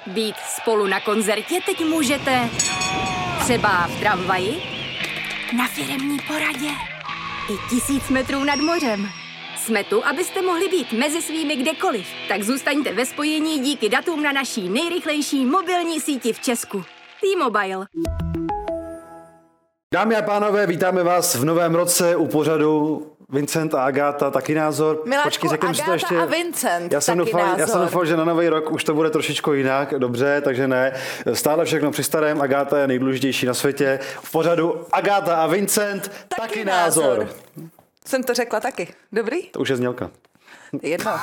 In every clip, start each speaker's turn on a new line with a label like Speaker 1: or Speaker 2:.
Speaker 1: Být spolu na koncertě teď můžete třeba v tramvaji, na firemní poradě i 1000 metrů nad mořem. Jsme tu, abyste mohli být mezi svými kdekoliv. Tak zůstaňte ve spojení díky datům na naší nejrychlejší mobilní síti v Česku. T-Mobile.
Speaker 2: Dámy a pánové, vítáme vás v novém roce u pořadu Vincent a Agáta, taky názor.
Speaker 3: Miláčku, Agáta a Vincent,
Speaker 2: já jsem doufal, že na nový rok už to bude trošičku jinak, dobře, takže ne. Stále všechno při starém, Agáta je nejdůležitější na světě. V pořadu Agáta a Vincent, taky názor.
Speaker 3: Jsem to řekla taky. Dobrý?
Speaker 2: To už je znělka.
Speaker 3: Jedno.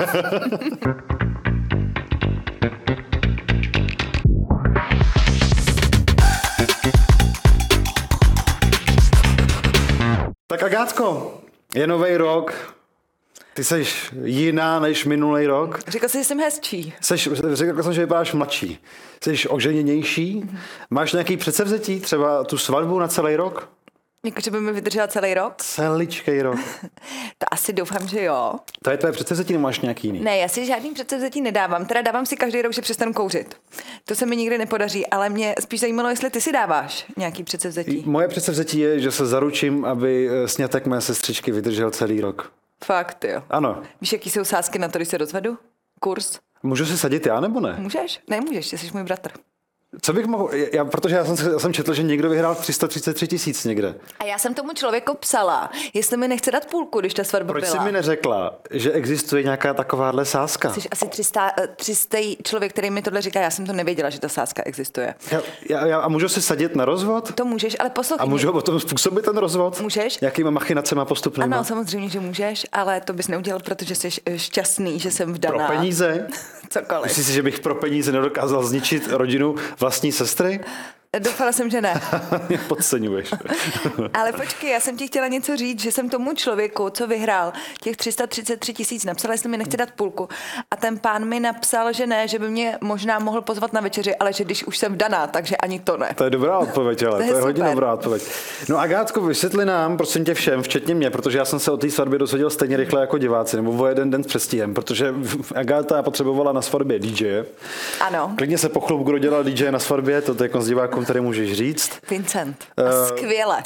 Speaker 2: Tak Agátko, je nový rok, ty seš jiná než minulý rok.
Speaker 3: Řekl jsi, že jsem hezčí.
Speaker 2: Řekl jsem, že vypadáš mladší. Jsi oženěnější. Máš nějaký předsevzetí, třeba tu svatbu na celý rok?
Speaker 3: Jakože by mi vydržela celý rok?
Speaker 2: Celičkej rok.
Speaker 3: To asi doufám, že jo.
Speaker 2: To je tvoje předsevzetí, nebo máš nějaký jiný?
Speaker 3: Ne, já si žádný předsevzetí nedávám. Teda dávám si každý rok, že přestanu kouřit. To se mi nikdy nepodaří, ale mě spíš zajímalo, jestli ty si dáváš nějaký předsevzetí.
Speaker 2: Moje předsevzetí je, že se zaručím, aby sňatek mé sestřičky vydržel celý rok.
Speaker 3: Fakt, jo.
Speaker 2: Ano.
Speaker 3: Víš, jaký jsou sázky na to, když se rozvedu? Kurz?
Speaker 2: Můžu si sadit já, nebo ne?
Speaker 3: Můžeš? Nemůžeš, ty jsi můj bratr.
Speaker 2: Co bych mohl, protože já jsem četl, že někdo vyhrál 333 000 někde.
Speaker 3: A já jsem tomu člověku psala, jestli mi nechce dát půlku, když ta svatba
Speaker 2: Proč
Speaker 3: byla.
Speaker 2: jsi mi neřekla, že existuje nějaká takováhle sázka?
Speaker 3: Jsi asi 300 člověk, který mi tohle říká, já jsem to nevěděla, že ta sázka existuje.
Speaker 2: A můžu si sadit na rozvod?
Speaker 3: To můžeš, ale poslouchej.
Speaker 2: A můžu o tom způsobit ten rozvod?
Speaker 3: Můžeš.
Speaker 2: Jakýma machinacema postupnýma?
Speaker 3: Ano, samozřejmě, že můžeš, ale to bys neudělal, protože jsi šťastný, že jsem vdaná.
Speaker 2: Pro peníze?
Speaker 3: Cokoliv.
Speaker 2: Myslíš si, že bych pro peníze nedokázal zničit rodinu vlastní sestry?
Speaker 3: Doufala jsem, že ne.
Speaker 2: Podceňuješ.
Speaker 3: Ale počkej, já jsem ti chtěla něco říct, že jsem tomu člověku, co vyhrál těch 333 000, napsala, jestli mi nechce dát půlku. A ten pán mi napsal, že ne, že by mě možná mohl pozvat na večeři, ale že když už jsem vdaná, takže ani to ne.
Speaker 2: To je dobrá odpověď, ale to je hodně dobrá odpověď. No Agátko, vysvětli nám, prosím tě všem, včetně mě, protože já jsem se o té svatbě dozvěděl stejně rychle jako diváci, nebo o jeden den s předstihem, protože Agáta potřebovala na svatbě DJ.
Speaker 3: Ano.
Speaker 2: Klidně se pochlup, kdo dělal DJ na svatbě, to jako z divákům tady můžeš říct.
Speaker 3: Vincent. Skvěle.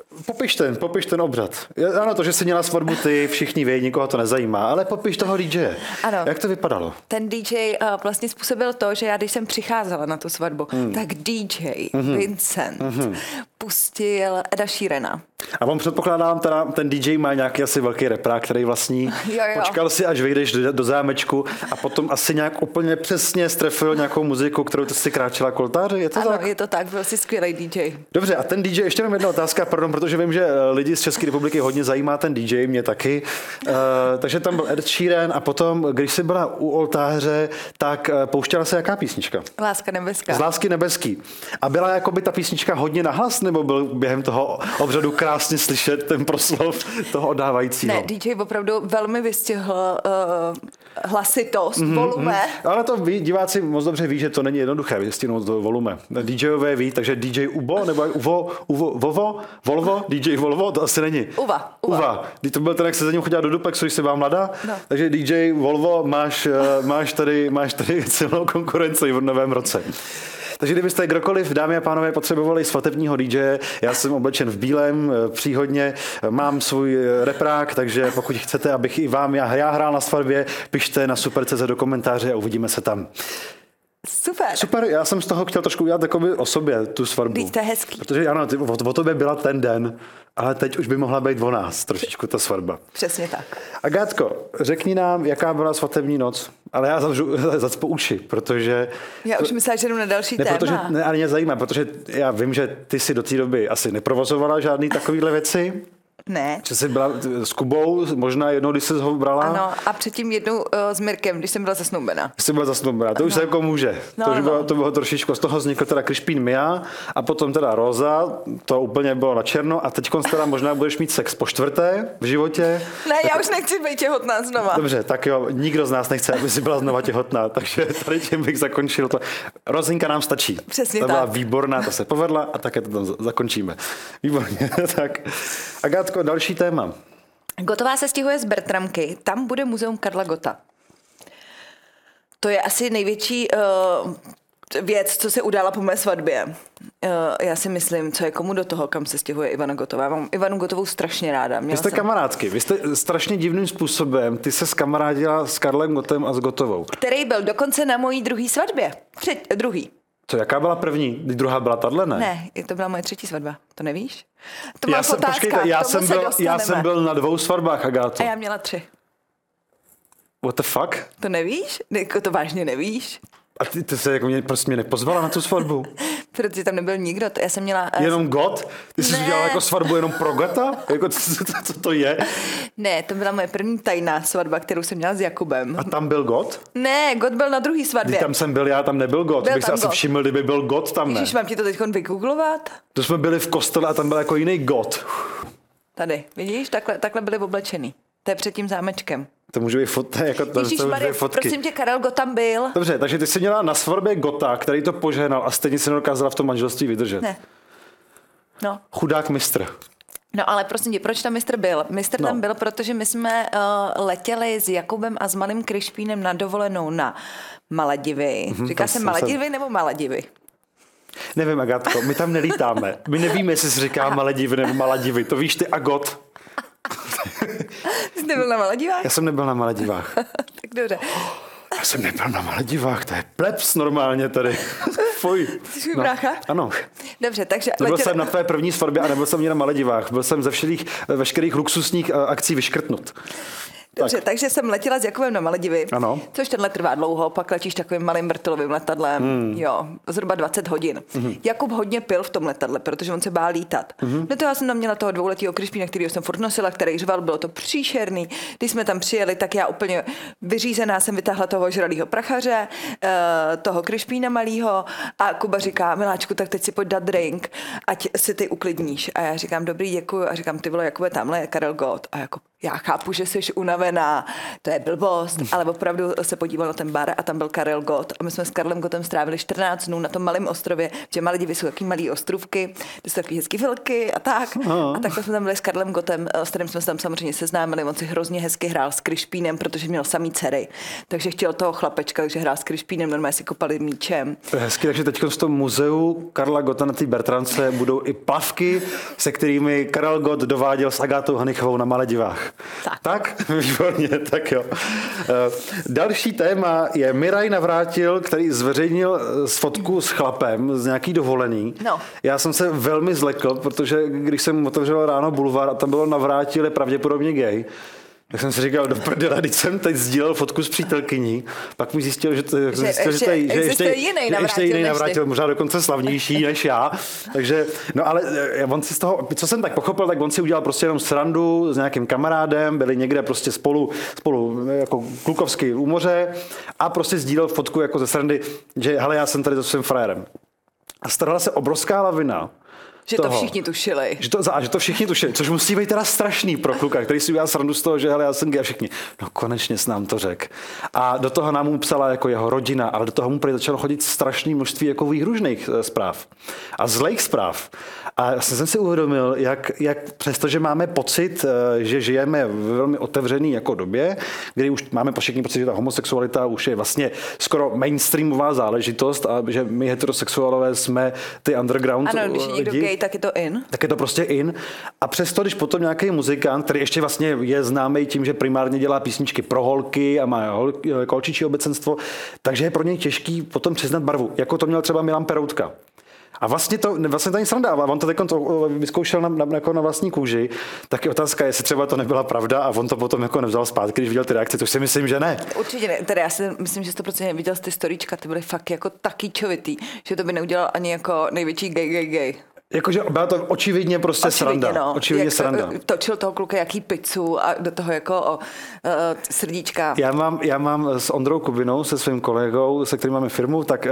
Speaker 2: Popiš ten obřad. Ano, to, že jsi měla svatbu ty, všichni vědí, nikoho to nezajímá, ale popiš toho DJ.
Speaker 3: Ano.
Speaker 2: Jak to vypadalo?
Speaker 3: Ten DJ vlastně způsobil to, že já, když jsem přicházela na tu svatbu, tak DJ Vincent pustil Eda Sheerana.
Speaker 2: A on předpokládám, teda ten DJ má nějaký asi velký reprák, který vlastní.
Speaker 3: Jo.
Speaker 2: Počkal si, až vyjdeš do zámečku a potom asi nějak úplně přesně strefil nějakou muziku, kterou ty si kráčela k oltáři. Je to
Speaker 3: ano,
Speaker 2: tak?
Speaker 3: je to tak, byl jsi skvělý DJ.
Speaker 2: Dobře, a ten DJ, ještě mám jedna otázka, pardon, protože vím, že lidi z České republiky hodně zajímá ten DJ, mě taky. Takže tam byl Ed Sheeran a potom, když jsi byla u oltáře, tak pouštěla se jaká písnička?
Speaker 3: Láska nebeská.
Speaker 2: Z Lásky nebeský. A byla jakoby ta písnička hodně nahlas, nebo byl během toho obřadu krásně slyšet ten proslov toho oddávajícího?
Speaker 3: Ne, DJ opravdu velmi vystihl hlasitost, volume.
Speaker 2: Ale to diváci moc dobře ví, že to není jednoduché vystihnout to volume. DJové ví, takže DJ Ubo, nebo Volvo, DJ Volvo, to asi není.
Speaker 3: Uva.
Speaker 2: Když to byl ten, jak se za ním chodila do duplexu, když jsi byla mladá, no. Takže DJ Volvo máš tady silnou konkurenci v novém roce. Takže kdybyste kdokoliv, dámy a pánové, potřebovali svatebního DJ, já jsem oblečen v bílém, příhodně, mám svůj reprák, takže pokud chcete, abych i vám já hrál na svatbě, pište na Super.cz do komentáře a uvidíme se tam. Super, já jsem z toho chtěl trošku udělat takový o sobě, tu svatbu.
Speaker 3: Teď to je hezký.
Speaker 2: Protože ano, o tobě byla ten den, ale teď už by mohla být o nás trošičku ta svatba.
Speaker 3: Přesně tak.
Speaker 2: Agátko, řekni nám, jaká byla svatební noc, ale já zacpu uši, protože...
Speaker 3: Já už myslela, že jdu na další téma.
Speaker 2: Protože, ale mě zajímá, protože já vím, že ty si do té doby asi neprovozovala žádný takovýhle věci.
Speaker 3: Ne.
Speaker 2: Že jsi byla s Kubou, možná jednou, když jsi ho brala.
Speaker 3: Ano, a předtím jednou s Mirkem, když jsem byla zasnoubená.
Speaker 2: Jsi byla zasnoubená, to už se jako může. To bylo trošičku, z toho vznikl teda Krišpín Mia a potom teda Roza, to úplně bylo na černo a teď teda možná budeš mít sex po čtvrté v životě.
Speaker 3: Ne, já už nechci být těhotná znova.
Speaker 2: Dobře, tak jo, nikdo z nás nechce, aby si byla znova těhotná, takže tady tím bych zakončil to. Rozinka nám stačí.
Speaker 3: Přesně
Speaker 2: tak.
Speaker 3: Ta
Speaker 2: byla výborná, to se povedla a také to tam zakončíme. Výborně, tak. Agátko, další téma.
Speaker 3: Gotová se stěhuje z Bertramky, tam bude muzeum Karla Gotta. To je asi největší věc, co se udála po mé svatbě. Já si myslím, co je komu do toho, kam se stěhuje Ivana Gotová. Já mám Ivanu Gotovou strašně ráda.
Speaker 2: Vy jste kamarádsky. Vy jste strašně divným způsobem, ty se skamarádila s Karlem Gottem a s Gotovou.
Speaker 3: Který byl dokonce na mojí druhé svatbě. Druhý.
Speaker 2: Co, jaká byla první? Druhá byla tahle, ne?
Speaker 3: Ne, to byla moje třetí svatba. To nevíš? To má otázka.
Speaker 2: Já jsem byl na 2 svatbách, Agáto.
Speaker 3: A já měla 3.
Speaker 2: What the fuck?
Speaker 3: To nevíš? To vážně nevíš?
Speaker 2: A ty se jako mě nepozvala na tu svatbu?
Speaker 3: Protože tam nebyl nikdo. Já jsem měla...
Speaker 2: Jenom God? Ty jsi udělala jako svatbu jenom pro Gota? Jako, co to je?
Speaker 3: Ne, to byla moje první tajná svatba, kterou jsem měla s Jakubem.
Speaker 2: A tam byl God?
Speaker 3: Ne, God byl na druhý svatbě.
Speaker 2: Když tam jsem byl já, tam nebyl God. Bych se asi všiml, kdyby byl God tam, ne?
Speaker 3: Ježiš, mám ti to teď vygooglovat?
Speaker 2: To jsme byli v kostele a tam byl jako jiný God.
Speaker 3: Tady, vidíš? Takhle byli oblečený. To je před tím zámečkem.
Speaker 2: To může být
Speaker 3: Ježišmarja, prosím tě, Karel Gott tam byl.
Speaker 2: Dobře, takže ty jsi měla na svatbě Gota, který to požehnal a stejně se nedokázala v tom manželství vydržet.
Speaker 3: Ne. No.
Speaker 2: Chudák mistr.
Speaker 3: No ale prosím tě, proč tam mistr byl? Mistr tam byl, protože my jsme letěli s Jakubem a s malým Krišpínem na dovolenou na Maledivy. Říká se Maledivy nebo Maledivy?
Speaker 2: Nevím, Agatko, my tam nelítáme. My nevíme, jestli se říká Maledivy nebo Maledivy. To víš ty a God.
Speaker 3: Jsi nebyl na Maledivách?
Speaker 2: Já jsem nebyl na Maledivách.
Speaker 3: Tak dobře.
Speaker 2: Já jsem nebyl na Maledivách, to je plebs normálně tady. Fuj.
Speaker 3: Jsi můj brácha?
Speaker 2: Ano.
Speaker 3: Dobře, takže...
Speaker 2: Nebyl jsem na tvé první svatbě a nebyl jsem ani na Maledivách. Byl jsem ze veškerých luxusních akcí vyškrtnut.
Speaker 3: Dobře, takže jsem letěla s Jakubem na Maledivy,
Speaker 2: ano.
Speaker 3: Což tenhle trvá dlouho, pak letíš takovým malým vrtulovým letadlem, jo, zhruba 20 hodin. Jakub hodně pil v tom letadle, protože on se bál lítat. No to já jsem tam měla toho 2letého Krišpína, kterýho jsem furt nosila, který řval, bylo to příšerný. Když jsme tam přijeli, tak já úplně vyřízená jsem vytáhla toho ožralýho prachaře, toho Krišpína malýho a Kuba říká, miláčku, tak teď si pojď dát drink, ať si ty uklidníš. A já říkám, dobrý, děkuju. A říkám, ty vole, Jakube, tamhle je Karel Gott. A jako, já chápu, že jsi unavená, to je blbost, ale opravdu se podíval na ten bar a tam byl Karel Gott a my jsme s Karlem Gottem strávili 14 dnů na tom malém ostrově, že Maledivy jsou takový malý ostrovky, to jsou takový hezký filky a tak. A takhle jsme tam byli s Karlem Gottem, s kterým jsme se tam samozřejmě seznámili, on si hrozně hezky hrál s Krišpínem, protože měl samý dcery, takže chtěl toho chlapečka, takže hrál s Krišpínem, normálně si kopali míčem.
Speaker 2: To je hezky, takže teď v tom muzeu Karla Gotta na té Bertrance budou i plavky, se kterými Karel Gott dováděl s Agátou Hanichovou na Maledivách. Tak? Výborně, tak jo. Další téma je Miraj Navrátil, který zveřejnil fotku s chlapem z nějaký dovolený.
Speaker 3: No.
Speaker 2: Já jsem se velmi zlekl, protože když jsem otevřel ráno bulvár a tam bylo Navrátil, je pravděpodobně gay. Jak jsem si říkal, do prdele, když jsem teď sdílel fotku s přítelkyní, pak mi zjistil, že ještě jiný Navrátil, možná dokonce slavnější než já. Takže, no ale on si z toho, co jsem tak pochopil, tak on si udělal prostě jenom srandu s nějakým kamarádem, byli někde prostě spolu jako klukovsky u moře a prostě sdílel fotku jako ze srandy, že hele, já jsem tady so svým frajerem. A starala se obrovská lavina.
Speaker 3: Že to všichni tušili.
Speaker 2: Že to všichni tušili, což musí být teda strašný pro kluka, který si udělal srandu z toho, že hele, já jsem gay a všichni. No konečně s nám to řekl. A do toho nám mu psala jako jeho rodina, ale do toho mu prý začalo chodit strašný množství jako výhružných zpráv a zlejch zpráv. A já jsem si uvědomil, jak přestože máme pocit, že žijeme v velmi otevřený jako době, kdy už máme všichni pocit, že ta homosexualita už je vlastně skoro mainstreamová záležitost a že my heterosexuálové jsme ty underground lidi.
Speaker 3: Tak je to in.
Speaker 2: Tak je to prostě in. A přesto, když potom nějaký muzikant, který ještě vlastně je známý tím, že primárně dělá písničky pro holky a má holčičí obecenstvo, takže je pro něj těžký potom přiznat barvu. Jako to měl třeba Milan Peroutka. A vlastně to není sranda, on to teď vyzkoušel na vlastní kůži, tak je otázka, jestli třeba to nebyla pravda a on to potom jako nevzal zpátky, když viděl ty reakce, což si myslím, že ne.
Speaker 3: Určitě ne, teda já si myslím, že 100% viděl ty storíčka, ty byly fakt jako taky čovitý, že to by neudělal ani jako největší gay.
Speaker 2: Jakože byla to očividně prostě sranda.
Speaker 3: No.
Speaker 2: Očividně sranda.
Speaker 3: Točil toho kluka jaký pizzu a do toho jako srdíčka.
Speaker 2: Já mám s Ondrou Kubinou, se svým kolegou, se kterým máme firmu, tak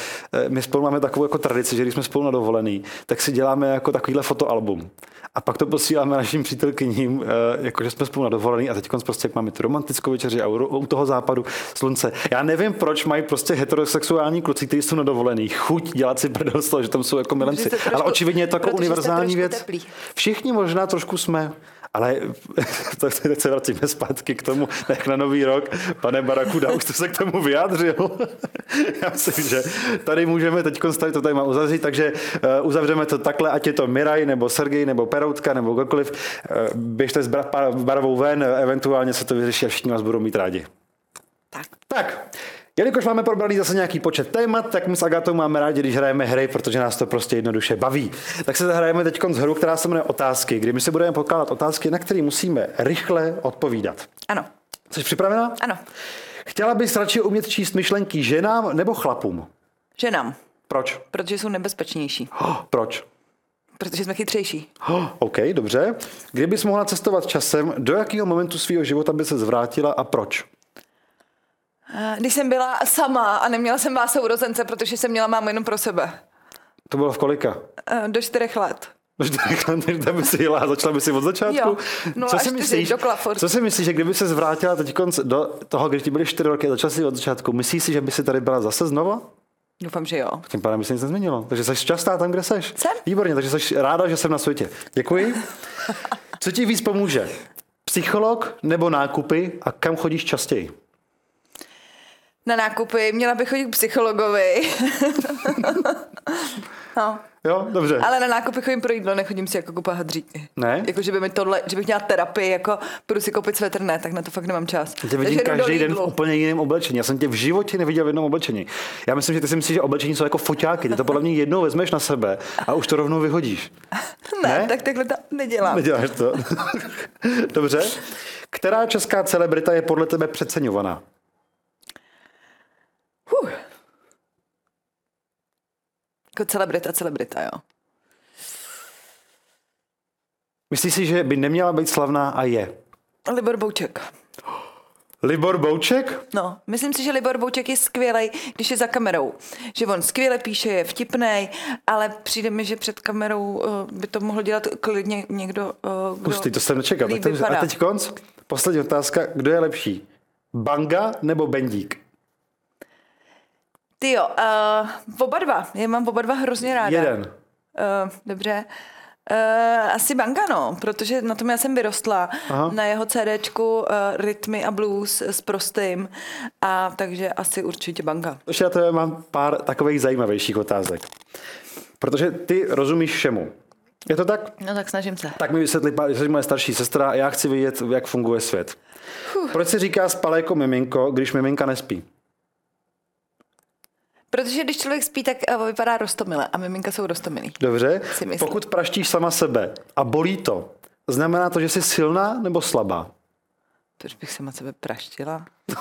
Speaker 2: my spolu máme takovou jako tradici, že když jsme spolu na dovolený, tak si děláme jako takovýhle fotoalbum. A pak to posíláme našim přítelkyním, jakože jsme spolu na dovolený a teď prostě jak máme tu romantickou večeři a u toho západu slunce. Já nevím, proč mají prostě heterosexuální kluci, kteří jsou na dovolený, chuť dělat si prdel z toho, že tam jsou jako milenci. Ale očividně je to jako univerzální věc.
Speaker 3: Teplý.
Speaker 2: Všichni možná trošku jsme. Ale teď se vracíme zpátky k tomu, jak na Nový rok, pane Barakuda, už jste se k tomu vyjádřil. Já myslím, že tady můžeme teď to tady mám uzavřít, takže uzavřeme to takhle, ať je to Miraj, nebo Sergej, nebo Peroutka, nebo kdokoliv. Běžte s barvou ven, eventuálně se to vyřeší a všichni vás budou mít rádi. Tak. Jelikož máme probraný zase nějaký počet témat, tak my s Agatou máme rádi, když hrajeme hry, protože nás to prostě jednoduše baví. Tak se zahrajeme teď z hru, která se jmenuje Otázky, kdy my si budeme pokládat otázky, na které musíme rychle odpovídat.
Speaker 3: Ano.
Speaker 2: Jsi připravená?
Speaker 3: Ano.
Speaker 2: Chtěla bys radši umět číst myšlenky ženám nebo chlapům?
Speaker 3: Ženám.
Speaker 2: Proč?
Speaker 3: Protože jsou nebezpečnější.
Speaker 2: Proč?
Speaker 3: Protože jsme chytřejší.
Speaker 2: OK, dobře. Kdybys mohla cestovat časem, do jakého momentu svého života by se zvrátila a proč?
Speaker 3: Když jsem byla sama a neměla jsem vás sourozence, protože jsem měla mámu jenom pro sebe.
Speaker 2: To bylo v kolika?
Speaker 3: Do 4 let.
Speaker 2: Do 4 let, by si jela a začala by si od začátku?
Speaker 3: Jo, no
Speaker 2: co si myslíš, co si myslíš, že kdyby se zvrátila teď do toho, když ti byly 4 roky a začala si od začátku, myslíš si, že by si tady byla zase znova?
Speaker 3: Doufám, že jo.
Speaker 2: Tím pádem by se nic nezměnilo. Takže jsi šťastná tam, kde seš.
Speaker 3: Jsem.
Speaker 2: Výborně, takže jsi ráda, že jsem na světě. Děkuji. Co ti víc pomůže? Psycholog nebo nákupy a kam chodíš častěji?
Speaker 3: Na nákupy, měla bych chodit k psychologovi. No.
Speaker 2: Jo, dobře.
Speaker 3: Ale na nákupy chodím pro jídlo, nechodím si jako kupovat hadříky.
Speaker 2: Ne?
Speaker 3: Jako, že by mi tohle, že bych měla terapii, jako půjdu si koupit svetr, ne, tak na to fakt nemám čas.
Speaker 2: Tě vidím každý den v úplně jiném oblečení. Já jsem tě v životě neviděl v jednom oblečení. Já myslím, že ty si myslíš, že oblečení jsou jako foťáky. Ty to podle mě jednou vezmeš na sebe a už to rovnou vyhodíš.
Speaker 3: Ne? Tak takhle to nedělám.
Speaker 2: Neděláš to. Dobře. Která česká celebrita je podle tebe přeceňovaná?
Speaker 3: Jako celebrita, jo.
Speaker 2: Myslíš si, že by neměla být slavná a je?
Speaker 3: Libor Bouček.
Speaker 2: Libor Bouček?
Speaker 3: No, myslím si, že Libor Bouček je skvělej, když je za kamerou. Že on skvěle píše, je vtipnej, ale přijde mi, že před kamerou by to mohl dělat klidně někdo, kdo
Speaker 2: Pustý, to jsem nečekal. A teď konc. Poslední otázka. Kdo je lepší? Banga nebo Bendík?
Speaker 3: Tyjo, oba dva. Já mám oba dva hrozně ráda.
Speaker 2: Jeden.
Speaker 3: Dobře. Asi Banga, no, protože na tom já jsem vyrostla. Aha. Na jeho CDčku Rytmy a blues s Prostým, a takže asi určitě Banga.
Speaker 2: Ještě já to mám pár takových zajímavějších otázek. Protože ty rozumíš všemu. Je to tak?
Speaker 3: No tak snažím se.
Speaker 2: Tak mi vysvětli, že jsi moje starší sestra a já chci vidět, jak funguje svět. Proč se říká spal jako miminko, když miminka nespí?
Speaker 3: Protože když člověk spí, tak vypadá roztomile a miminka jsou roztomilý.
Speaker 2: Dobře. Pokud praštíš sama sebe a bolí to, znamená to, že jsi silná nebo slabá?
Speaker 3: Proč bych sama sebe praštila?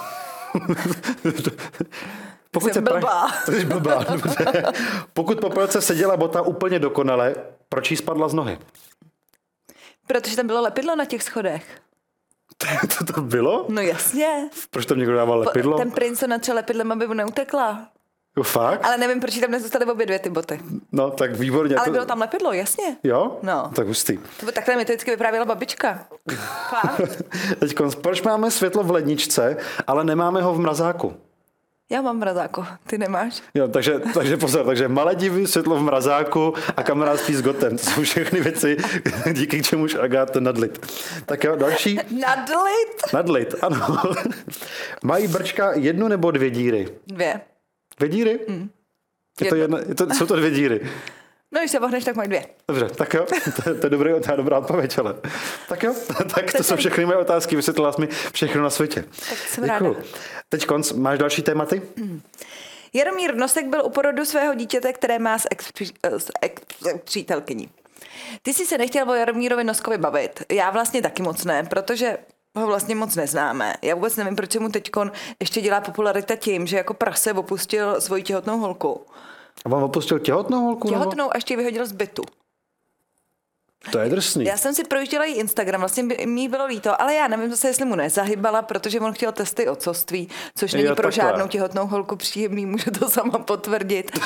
Speaker 2: Pokud
Speaker 3: jsem blbá.
Speaker 2: Jsi blbá. Pokud po pelce seděla bota úplně dokonale, proč jí spadla z nohy?
Speaker 3: Protože tam bylo lepidlo na těch schodech.
Speaker 2: To bylo?
Speaker 3: No jasně.
Speaker 2: Proč tam někdo dával lepidlo?
Speaker 3: Ten princ to natřel lepidlem, aby mu neutekla.
Speaker 2: Fakt?
Speaker 3: Ale nevím, proč tam nezůstaly obě dvě ty boty.
Speaker 2: No, tak výborně.
Speaker 3: Ale bylo tam lepidlo, jasně.
Speaker 2: Jo?
Speaker 3: No.
Speaker 2: Tak hustý.
Speaker 3: Takhle mi to vždycky vyprávěla babička.
Speaker 2: Teď, proč máme světlo v ledničce, ale nemáme ho v mrazáku?
Speaker 3: Já mám mrazáku, ty nemáš?
Speaker 2: Jo, takže pozor, takže Maledivy, světlo v mrazáku a kamarád spí s Gotem. To jsou všechny věci, díky čemuž Agáta nadlit. Tak jo, další.
Speaker 3: Nadlit?
Speaker 2: Nadlit, ano. Mají brčka 1 nebo 2 díry?
Speaker 3: 2.
Speaker 2: 2 díry? Jsou to 2 díry.
Speaker 3: No, když se vohneš, tak mají 2.
Speaker 2: Dobře, tak jo, to je dobrá odpověď, ale. Tak jo, tak to jsou všechny moje otázky, vysvětlila jsi mi všechno na světě.
Speaker 3: Tak jsem ráda.
Speaker 2: Teď konc, máš další tématy?
Speaker 3: Jaromír Nosek byl u porodu svého dítěte, které má s ex-přítelkyní. Ty jsi se nechtěl o Jaromírovi Noskovi bavit. Já vlastně taky moc ne, protože ho vlastně moc neznáme. Já vůbec nevím, proč se mu teďkon ještě dělá popularita tím, že jako prase opustil svoji těhotnou holku.
Speaker 2: A on opustil těhotnou holku?
Speaker 3: Těhotnou nebo? A ještě ji vyhodil z bytu.
Speaker 2: To je drsný.
Speaker 3: Já jsem si projížděla její Instagram, vlastně mi bylo líto, ale já nevím zase, jestli mu nezahybala, protože on chtěl testy otcovství, což není pro žádnou těhotnou holku příjemný, může to sama potvrdit.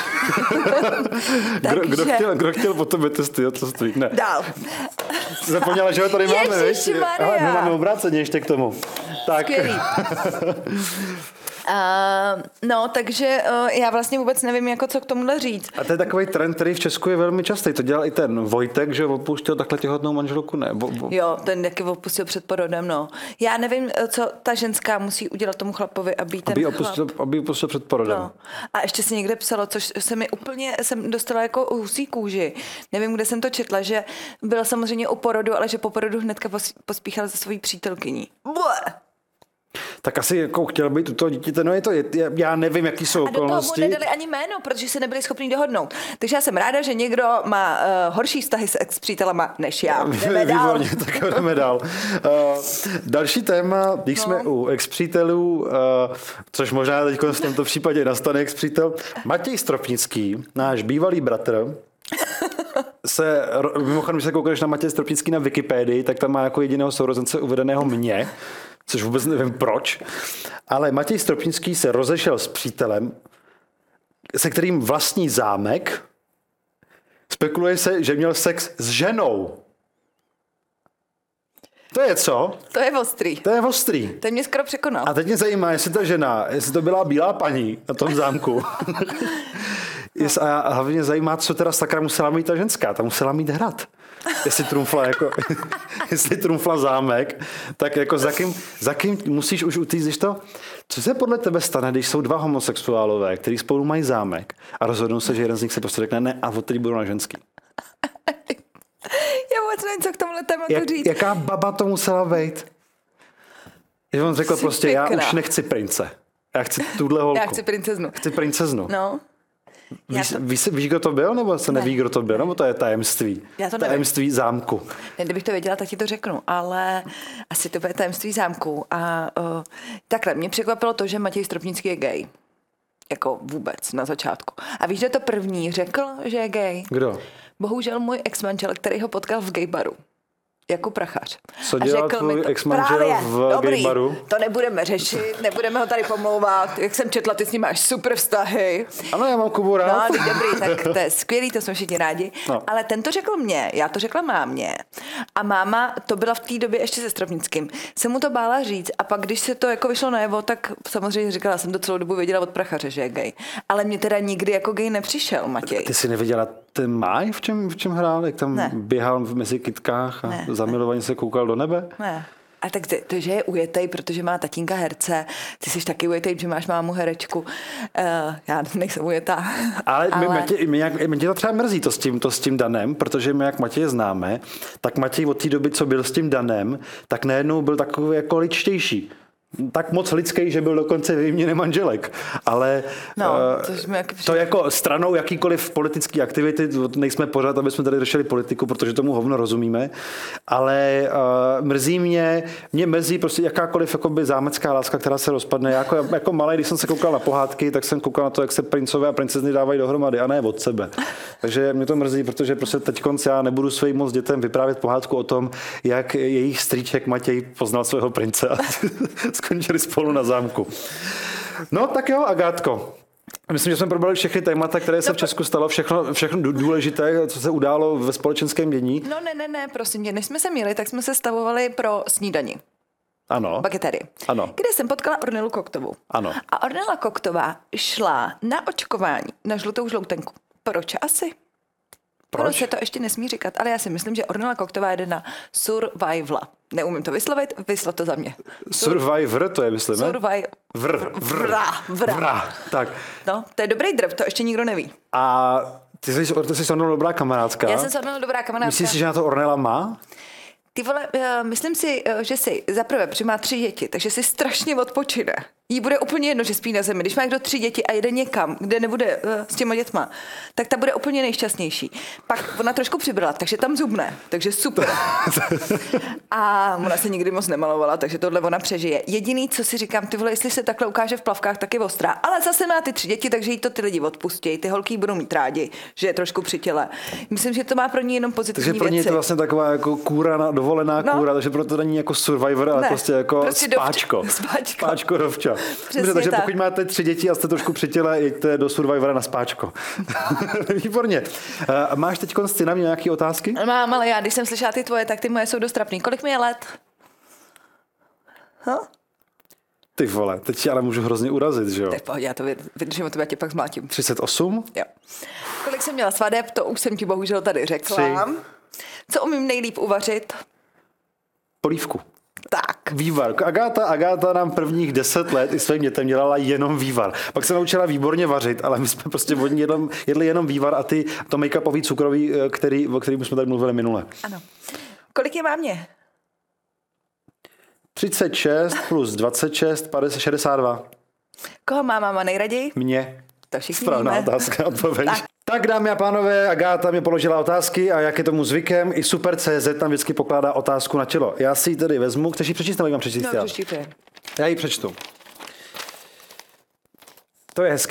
Speaker 2: Kdo chtěl po tebe testy otcovství? Ne.
Speaker 3: Dál.
Speaker 2: Zapomněla, že ho tady máme,
Speaker 3: Ježišmarja.
Speaker 2: Ale my máme obráceně ještě k tomu. Tak.
Speaker 3: Skvělý. No, takže já vlastně vůbec nevím, jako co k tomuhle říct.
Speaker 2: A to je takový trend, který v Česku je velmi častý. To dělal i ten Vojtek, že opustil takhle těhotnou manželku, ne?
Speaker 3: Jo, ten taky opustil před porodem, no. Já nevím, co ta ženská musí udělat tomu chlapovi, aby
Speaker 2: opustil před porodem. No.
Speaker 3: A ještě si někde psalo, což se mi úplně, jsem dostala jako husí kůži. Nevím, kde jsem to četla, že byl samozřejmě u porodu, ale že po porodu hnedka pospíchal se svojí přítelkyní.
Speaker 2: Tak asi jako chtěl být u toho dítěte, no já nevím, jaký jsou okolnosti.
Speaker 3: A do toho mu nedali ani jméno, protože se nebyli schopni dohodnout. Takže já jsem ráda, že někdo má horší vztahy s ex-přítelama než já.
Speaker 2: Výborně, tak jdeme dál. Další téma, když jsme u ex-přítelů, což možná teď v tomto případě nastane ex-přítel, Matěj Stropnický, náš bývalý bratr, mimochodem, když se koukáš na Matěj Stropnický na Wikipedii, tak tam má jako jediného sourozence uvedeného mě, což vůbec nevím proč, ale Matěj Stropnický se rozešel s přítelem, se kterým vlastní zámek. Spekuluje se, že měl sex s ženou. To je co?
Speaker 3: To je ostrý.
Speaker 2: To
Speaker 3: mě skoro překonal.
Speaker 2: A teď mě zajímá, jestli ta žena, jestli to byla bílá paní na tom zámku. A hlavně zajímá, co teda sakra musela mít ta ženská. Ta musela mít hrad. Jestli trumfla zámek, tak jako za kým musíš už utíct to? Co se podle tebe stane, když jsou dva homosexuálové, kteří spolu mají zámek a rozhodnou se, že jeden z nich se prostě řekne ne a od teď budou na ženský?
Speaker 3: Já vůbec nevím, co k tomuhle tématu říct.
Speaker 2: Jaká baba to musela být? Že on řekl prostě, já už nechci prince. Já chci tuhle holku.
Speaker 3: Já chci princeznu.
Speaker 2: Chci princeznu.
Speaker 3: No.
Speaker 2: Víš, kdo to byl, nebo se neví, kdo to byl, nebo to je tajemství? Tajemství zámku.
Speaker 3: Ne, kdybych to věděla, tak ti to řeknu, ale asi to bude tajemství zámku. A takhle, mě překvapilo to, že Matěj Stropnický je gay. Jako vůbec na začátku. A víš, kdo to první řekl, že je gay?
Speaker 2: Kdo?
Speaker 3: Bohužel můj ex-manžel, který ho potkal v gaybaru. Jako Prachař.
Speaker 2: Co dělal tvůj ex-manžel v gaybaru?
Speaker 3: To nebudeme řešit, nebudeme ho tady pomlouvat. Jak jsem četla, ty s ním máš super vztahy.
Speaker 2: Ano, já mám Kubu rád.
Speaker 3: No, dobrý, tak to je skvělý, to jsme všichni rádi. No. Ale ten to řekl mně, já to řekla mámě. A máma, to byla v té době ještě se Stropnickým, se mu to bála říct a pak, když se to jako vyšlo najevo, tak samozřejmě říkala, jsem to celou dobu věděla od Prachaře, že je gay. Ale mě teda nikdy jako gay nepřišel, Matěj.
Speaker 2: Ty jsi nevěděla ten Máj, v čem hrál? Jak tam běhal mezi kytkách a zamilovaně se koukal do nebe?
Speaker 3: Ne. A tak to, že je ujetej, protože má tatínka herce, ty jsi taky ujetej, že máš mámu herečku. Já nejsem ujetá.
Speaker 2: Ale mě to třeba mrzí to s tím Danem, protože my jak Matěje známe, tak Matěj od té doby, co byl s tím Danem, tak najednou byl takový jako ličtější. Tak moc lidský, že byl dokonce výměny manželek. Ale to jako stranou jakýkoliv politický aktivity, nejsme pořád, aby jsme tady řešili politiku, protože tomu hovno rozumíme, ale mě mrzí prostě jakákoliv jakoby zámecká láska, která se rozpadne. Jako malej, když jsem se koukal na pohádky, tak jsem koukal na to, jak se princové a princezny dávají dohromady a ne od sebe. Takže mě to mrzí, protože prostě teďkonc já nebudu svým moc dětem vyprávět pohádku o tom, jak jejich strýček Matěj poznal svého prince a skončili spolu na zámku. No tak jo, Agátko. Myslím, že jsme probrali všechny témata, které se v Česku stalo, všechno důležité, co se událo ve společenském dění.
Speaker 3: No ne, prosím tě, než jsme se měli, tak jsme se stavovali pro snídani.
Speaker 2: Ano.
Speaker 3: Bagetery.
Speaker 2: Ano.
Speaker 3: Kde jsem potkala Ornelu Koktovou.
Speaker 2: Ano.
Speaker 3: A Ornela Koktová šla na očkování na žlutou žloutenku. Proč asi? Proč se to ještě nesmí říkat, ale já si myslím, že Ornela Koktová jde na survivala. Neumím to vyslovit, vyslov to za mě.
Speaker 2: Survivor, to je, myslím,
Speaker 3: Vra.
Speaker 2: Tak.
Speaker 3: No, to je dobrý drv, to ještě nikdo neví.
Speaker 2: A ty jsi s Ornelou dobrá kamarádka.
Speaker 3: Já jsem s Ornelou dobrá kamarádka.
Speaker 2: Myslíš si, že na to Ornela má?
Speaker 3: Ty vole, myslím si, že si zaprvé, protože má 3 děti, takže si strašně odpočine. Jí bude úplně jedno, že spí na zemi. Když má někdo 3 děti a jede někam, kde nebude s těma dětma, tak ta bude úplně nejšťastnější. Pak ona trošku přibrala, takže tam zubne, takže super. A ona se nikdy moc nemalovala, takže tohle ona přežije. Jediný, co si říkám, ty vole, jestli se takhle ukáže v plavkách, tak je ostrá. Ale zase má ty 3 děti, takže jí to ty lidi odpustí. Ty holky budou mít rádi, že je trošku při těle. Myslím, že to má pro ní jenom pozitivní věci.
Speaker 2: Takže pro ní je to vlastně taková jako dovolená kůra, takže proto to není jako survivor, ale prostě jako spáčko. Spáčko dovča. Dobře, takže pokud máte 3 děti a jste trošku při těle, jeďte do Survivora na spáčko. Výborně. Máš teď ty na mě nějaké otázky?
Speaker 3: Mám, ale já, když jsem slyšela ty tvoje, tak ty moje jsou dost trapný. Kolik mi je let?
Speaker 2: Ty vole, teď ti ale můžu hrozně urazit, že jo?
Speaker 3: To je v pohodě, já to vydržím od tebe, tě pak zmlátím.
Speaker 2: 38?
Speaker 3: Jo. Kolik jsem měla svadeb, to už jsem ti bohužel tady řekla.
Speaker 2: 3.
Speaker 3: Co umím nejlíp uvařit?
Speaker 2: Polívku.
Speaker 3: Tak.
Speaker 2: Vývar. Agáta nám prvních 10 let i svým dětem dělala jenom vývar. Pak se naučila výborně vařit, ale my jsme prostě od ní jedli jenom vývar a to make-upový cukrový, o kterým jsme tady mluvili minule.
Speaker 3: Ano. Kolik je mámě?
Speaker 2: 36 plus 26, 62.
Speaker 3: Koho má máma nejraději?
Speaker 2: Mě.
Speaker 3: To všichni
Speaker 2: Správná
Speaker 3: víme.
Speaker 2: otázka, odpověď. Tak, dámy a pánové, Agáta mi položila otázky a jak je tomu zvykem, i Super.cz tam vždycky pokládá otázku na čelo. Já si ji tedy vezmu. Chceš ji přečíst, nebo ji mám přečíst?
Speaker 3: No, přečtěte.
Speaker 2: Já ji přečtu. To je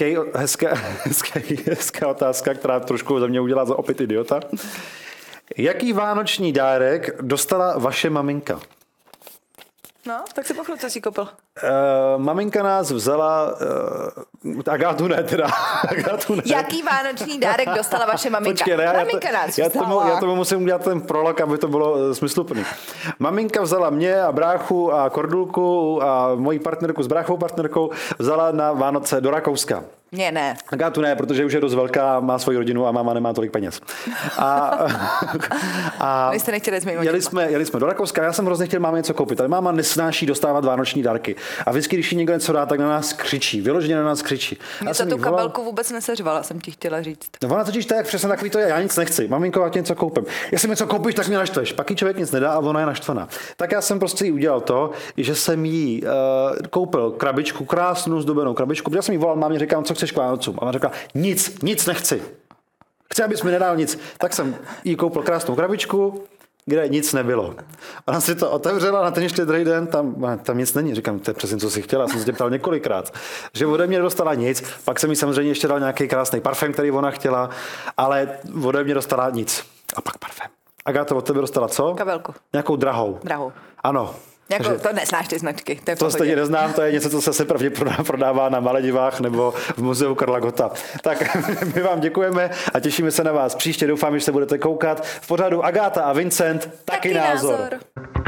Speaker 2: hezká otázka, která trošku ze mě udělá za opět idiota. Jaký vánoční dárek dostala vaše maminka?
Speaker 3: No, tak si pochlup, co jsi koupil.
Speaker 2: Maminka nás vzala, Agátu ne teda. Agátu ne.
Speaker 3: Jaký vánoční dárek dostala vaše maminka?
Speaker 2: Počkej, ne,
Speaker 3: Maminka nás vzala.
Speaker 2: já tomu musím udělat ten prolog, aby to bylo smysluplný. Maminka vzala mě a bráchu a Kordulku a moji partnerku s bráchovou partnerkou vzala na Vánoce do Rakouska.
Speaker 3: Mě ne.
Speaker 2: Agátu ne, protože už je dost velká, má svoji rodinu a máma nemá tolik peněz. A
Speaker 3: Vy jste nechtěli změnit.
Speaker 2: jeli jsme do Rakouska, já jsem hrozně chtěl mámě něco koupit, ale máma nesnáší dostávat vánoční dárky. A vždycky, když jí někdo něco dá, tak na nás křičí. Vyloženě na nás křičí.
Speaker 3: Mě to tu kabelku vůbec neseřvala, jsem ti chtěla říct.
Speaker 2: No ona totiž to je přesně takový to je, já nic nechci. Maminko, já ti něco koupím. Jestli mi něco koupíš, tak mě naštveš. Pak jí člověk nic nedá a ona je naštvaná. Tak já jsem prostě jí udělal to, že jsem jí koupil krabičku, krásnou zdobenou krabičku, protože jsem jí volal mámě, říkám, co chceš k Vánocům. A ona řekla, nic nechci. Chci, abys mi nedal nic. Tak jsem jí koupil krásnou krabičku, kde nic nebylo. Ona si to otevřela na ten ještě druhý den, tam nic není. Říkám, to je přesně, co jsi chtěla, jsem se tě ptal několikrát. Že ode mě nedostala nic, pak jsem jí samozřejmě ještě dal nějaký krásný parfém, který ona chtěla, ale ode mě dostala nic. A pak parfém. Agáta od tebe dostala co?
Speaker 3: Kabelku.
Speaker 2: Nějakou drahou.
Speaker 3: Drahou.
Speaker 2: Ano.
Speaker 3: Jako,
Speaker 2: Takže
Speaker 3: to neznáš ty značky.
Speaker 2: to stejně neznám, to je něco, co se prvně prodává na Maledivách nebo v muzeu Karla Gotta. Tak my vám děkujeme a těšíme se na vás příště. Doufám, že se budete koukat. V pořadu Agáta a Vincent taky názor.